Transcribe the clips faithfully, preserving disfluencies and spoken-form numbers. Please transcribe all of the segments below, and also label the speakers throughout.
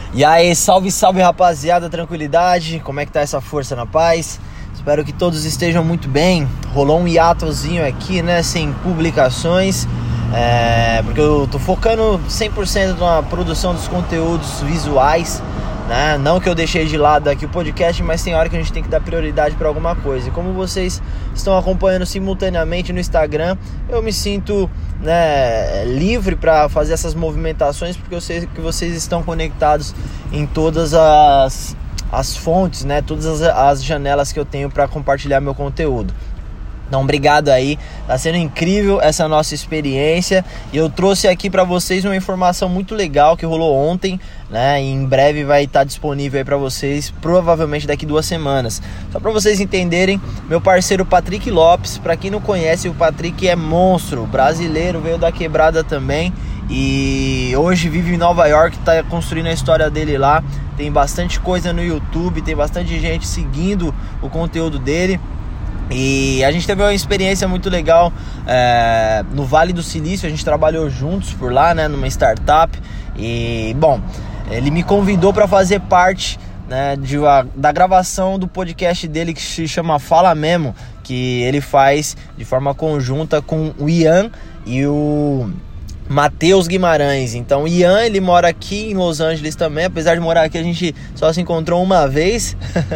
Speaker 1: E aí, salve, salve rapaziada, tranquilidade, como é que tá essa força na paz? Espero que todos estejam muito bem. Rolou um hiatozinho aqui, né, sem publicações, é, porque eu tô focando cem por cento na produção dos conteúdos visuais, né? Não que eu deixei de lado aqui o podcast, mas tem hora que a gente tem que dar prioridade para alguma coisa. E como vocês estão acompanhando simultaneamente no Instagram, eu me sinto, né, livre para fazer essas movimentações, porque eu sei que vocês estão conectados em todas as, as fontes, né, todas as, as janelas que eu tenho para compartilhar meu conteúdo. Então, obrigado aí, tá sendo incrível essa nossa experiência e eu trouxe aqui para vocês uma informação muito legal que rolou ontem, né? E em breve vai estar disponível aí para vocês, provavelmente daqui duas semanas. Só para vocês entenderem, meu parceiro Patrick Lopes, para quem não conhece, o Patrick é monstro, brasileiro, veio da quebrada também e hoje vive em Nova York, tá construindo a história dele lá. Tem bastante coisa no YouTube, tem bastante gente seguindo o conteúdo dele. E a gente teve uma experiência muito legal é, no Vale do Silício. A gente trabalhou juntos por lá, né, numa startup. E, bom, ele me convidou para fazer parte, né, de uma, da gravação do podcast dele que se chama Fala Memo, que ele faz de forma conjunta com o Ian e o Matheus Guimarães. Então o Ian, ele mora aqui em Los Angeles também, apesar de morar aqui a gente só se encontrou uma vez.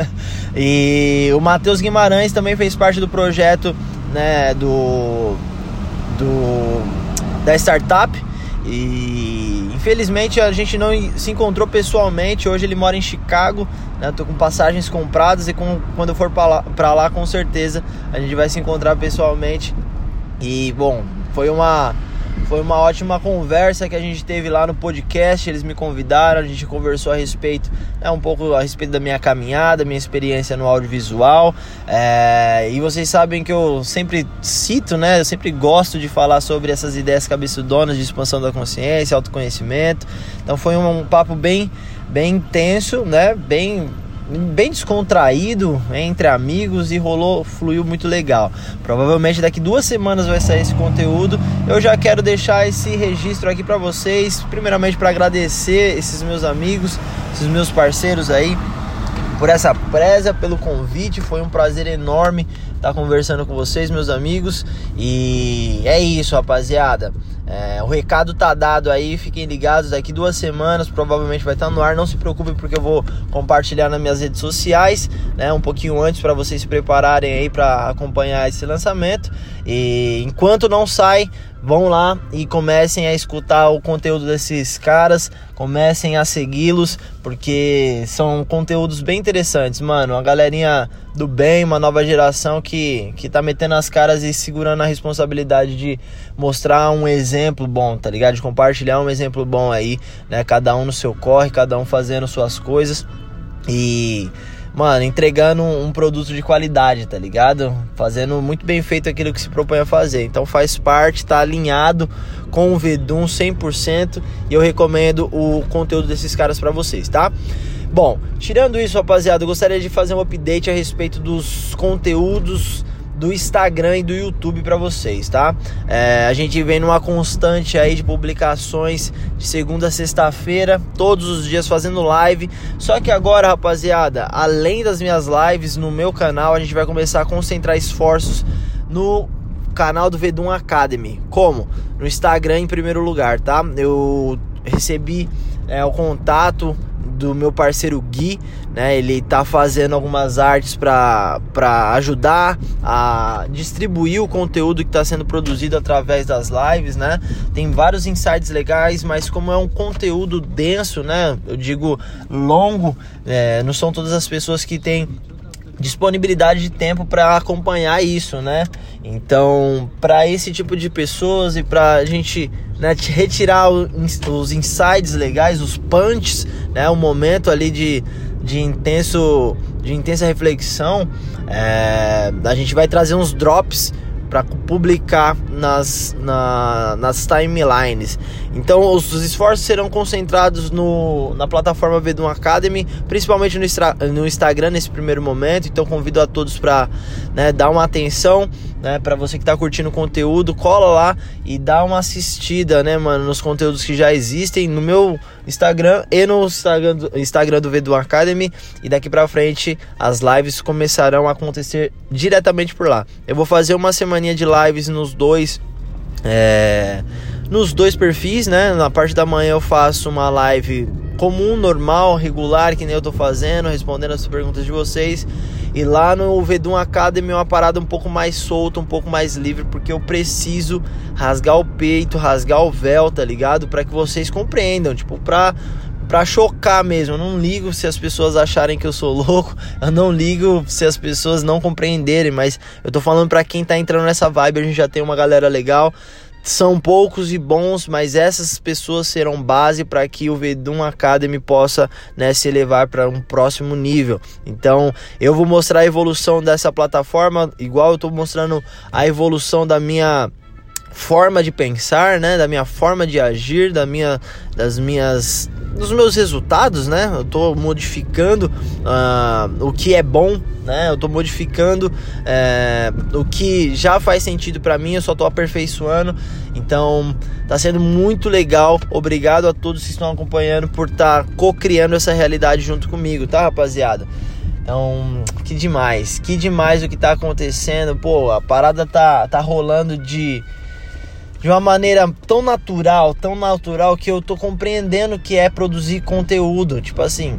Speaker 1: E o Matheus Guimarães também fez parte do projeto, né, do, do da startup. E infelizmente a gente não se encontrou pessoalmente. Hoje ele mora em Chicago, né? Tô com passagens compradas e com, quando eu for pra lá, pra lá com certeza a gente vai se encontrar pessoalmente. E bom, foi uma Foi uma ótima conversa que a gente teve lá no podcast. Eles me convidaram, a gente conversou a respeito, né, um pouco a respeito da minha caminhada, minha experiência no audiovisual, é, e vocês sabem que eu sempre cito, né, eu sempre gosto de falar sobre essas ideias cabeçudonas de expansão da consciência, autoconhecimento. Então foi um, um papo bem, bem intenso, né, bem... bem descontraído entre amigos e rolou, fluiu muito legal. Provavelmente daqui duas semanas vai sair esse conteúdo. Eu já quero deixar esse registro aqui para vocês, primeiramente para agradecer esses meus amigos, esses meus parceiros aí por essa preza, pelo convite. Foi um prazer enorme estar conversando com vocês, meus amigos. E é isso, rapaziada. É, o recado tá dado aí, fiquem ligados, daqui duas semanas provavelmente vai estar no ar. Não se preocupem, porque eu vou compartilhar nas minhas redes sociais, né, um pouquinho antes, para vocês se prepararem aí para acompanhar esse lançamento. E enquanto não sai, vão lá e comecem a escutar o conteúdo desses caras, comecem a segui-los, porque são conteúdos bem interessantes, mano. Uma galerinha do bem, uma nova geração que, que tá metendo as caras e segurando a responsabilidade de mostrar um exemplo bom, tá ligado? De compartilhar um exemplo bom aí, né? Cada um no seu corre, cada um fazendo suas coisas e, mano, entregando um produto de qualidade, tá ligado? Fazendo muito bem feito aquilo que se propõe a fazer. Então faz parte, tá alinhado com o Vedum cem por cento e eu recomendo o conteúdo desses caras pra vocês, tá? Bom, tirando isso, rapaziada, eu gostaria de fazer um update a respeito dos conteúdos do Instagram e do YouTube para vocês, tá? É, a gente vem numa constante aí de publicações de segunda a sexta-feira, todos os dias fazendo live. Só que agora, rapaziada, além das minhas lives no meu canal, a gente vai começar a concentrar esforços no canal do Vedum Academy. Como? No Instagram em primeiro lugar, tá? Eu recebi é, o contato do meu parceiro Gui, né? Ele tá fazendo algumas artes para para ajudar a distribuir o conteúdo que está sendo produzido através das lives, né? Tem vários insights legais, mas como é um conteúdo denso, né? Eu digo longo, é, não são todas as pessoas que têm disponibilidade de tempo para acompanhar isso, né? Então, para esse tipo de pessoas e para a gente, né, retirar os insights legais, os punches, né, o momento ali de, de, intenso, de intensa reflexão, é, a gente vai trazer uns drops para publicar nas, na, nas timelines. Então os, os esforços serão concentrados no, na plataforma Vedum Academy, principalmente no, no Instagram nesse primeiro momento. Então convido a todos para, né, dar uma atenção, né, para você que está curtindo o conteúdo, cola lá e dá uma assistida, né, mano, nos conteúdos que já existem no meu Instagram e no Instagram do, Instagram do Vedum Academy. E daqui pra frente as lives começarão a acontecer diretamente por lá. Eu vou fazer uma semaninha de lives nos dois é, nos dois perfis, né? Na parte da manhã eu faço uma live comum, normal, regular, que nem eu tô fazendo, respondendo as perguntas de vocês. E lá no Vedum Academy é uma parada um pouco mais solta, um pouco mais livre, porque eu preciso rasgar o peito, rasgar o véu, tá ligado? Pra que vocês compreendam, tipo, pra, pra chocar mesmo. Eu não ligo se as pessoas acharem que eu sou louco, eu não ligo se as pessoas não compreenderem, mas eu tô falando pra quem tá entrando nessa vibe. A gente já tem uma galera legal. São poucos e bons, mas essas pessoas serão base para que o Vedum Academy possa, né, se elevar para um próximo nível. Então eu vou mostrar a evolução dessa plataforma, igual eu estou mostrando a evolução da minha forma de pensar, né, da minha forma de agir, da minha, das minhas, dos meus resultados, né? Eu tô modificando uh, o que é bom, né? Eu tô modificando uh, o que já faz sentido para mim. Eu só tô aperfeiçoando. Então tá sendo muito legal. Obrigado a todos que estão acompanhando por estar tá co-criando essa realidade junto comigo, tá, rapaziada? Então, que demais, que demais o que tá acontecendo. Pô, a parada tá, tá rolando de de uma maneira tão natural, tão natural, que eu tô compreendendo que é produzir conteúdo. Tipo assim,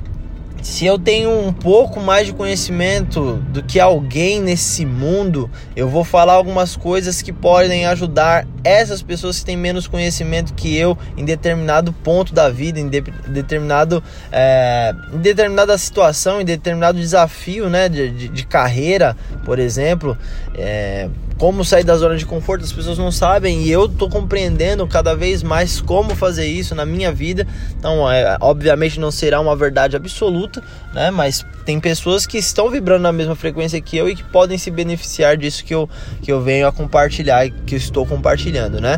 Speaker 1: se eu tenho um pouco mais de conhecimento do que alguém nesse mundo, eu vou falar algumas coisas que podem ajudar essas pessoas que têm menos conhecimento que eu em determinado ponto da vida, em de, determinado, é, em determinada situação, em determinado desafio, né, de, de, de carreira, por exemplo. É, como sair da zona de conforto, as pessoas não sabem, e eu tô compreendendo cada vez mais como fazer isso na minha vida. Então, é, obviamente não será uma verdade absoluta, né? Mas tem pessoas que estão vibrando na mesma frequência que eu e que podem se beneficiar disso que eu, que eu venho a compartilhar, que eu estou compartilhando, né?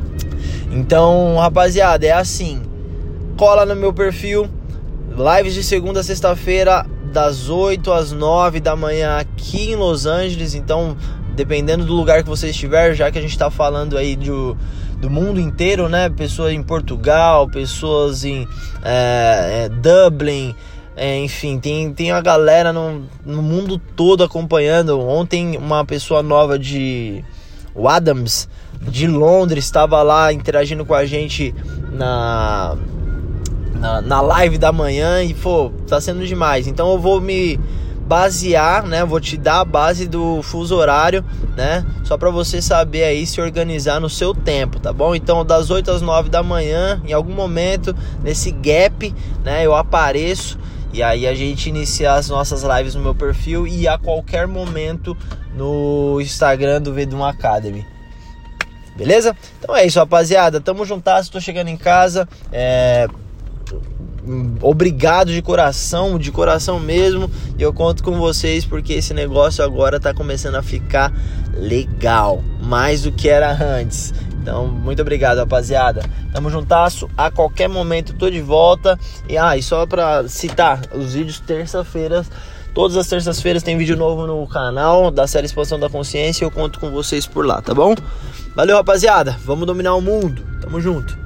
Speaker 1: Então, rapaziada, é assim, cola no meu perfil, lives de segunda a sexta-feira, das oito às nove da manhã aqui em Los Angeles. Então, dependendo do lugar que você estiver, já que a gente está falando aí do, do mundo inteiro, né? Pessoas em Portugal, pessoas em é, é, Dublin, é, enfim, tem, tem a galera no, no mundo todo acompanhando. Ontem uma pessoa nova de o Adams, de Londres, estava lá interagindo com a gente na, na, na live da manhã e, pô, tá sendo demais. Então eu vou me basear, né? Vou te dar a base do fuso horário, né? Só para você saber aí se organizar no seu tempo, tá bom? Então, das oito às nove da manhã, em algum momento, nesse gap, né? Eu apareço e aí a gente inicia as nossas lives no meu perfil e a qualquer momento no Instagram do Vedum Academy. Beleza? Então é isso, rapaziada. Tamo juntas, tô chegando em casa. É... Obrigado de coração, de coração mesmo. E eu conto com vocês porque esse negócio agora tá começando a ficar legal, mais do que era antes. Então, muito obrigado, rapaziada. Tamo juntasso, a qualquer momento tô de volta. E, ah, e só pra citar, os vídeos terça-feiras, todas as terças-feiras tem vídeo novo no canal da série Expansão da Consciência. Eu conto com vocês por lá, tá bom? Valeu, rapaziada, vamos dominar o mundo. Tamo junto.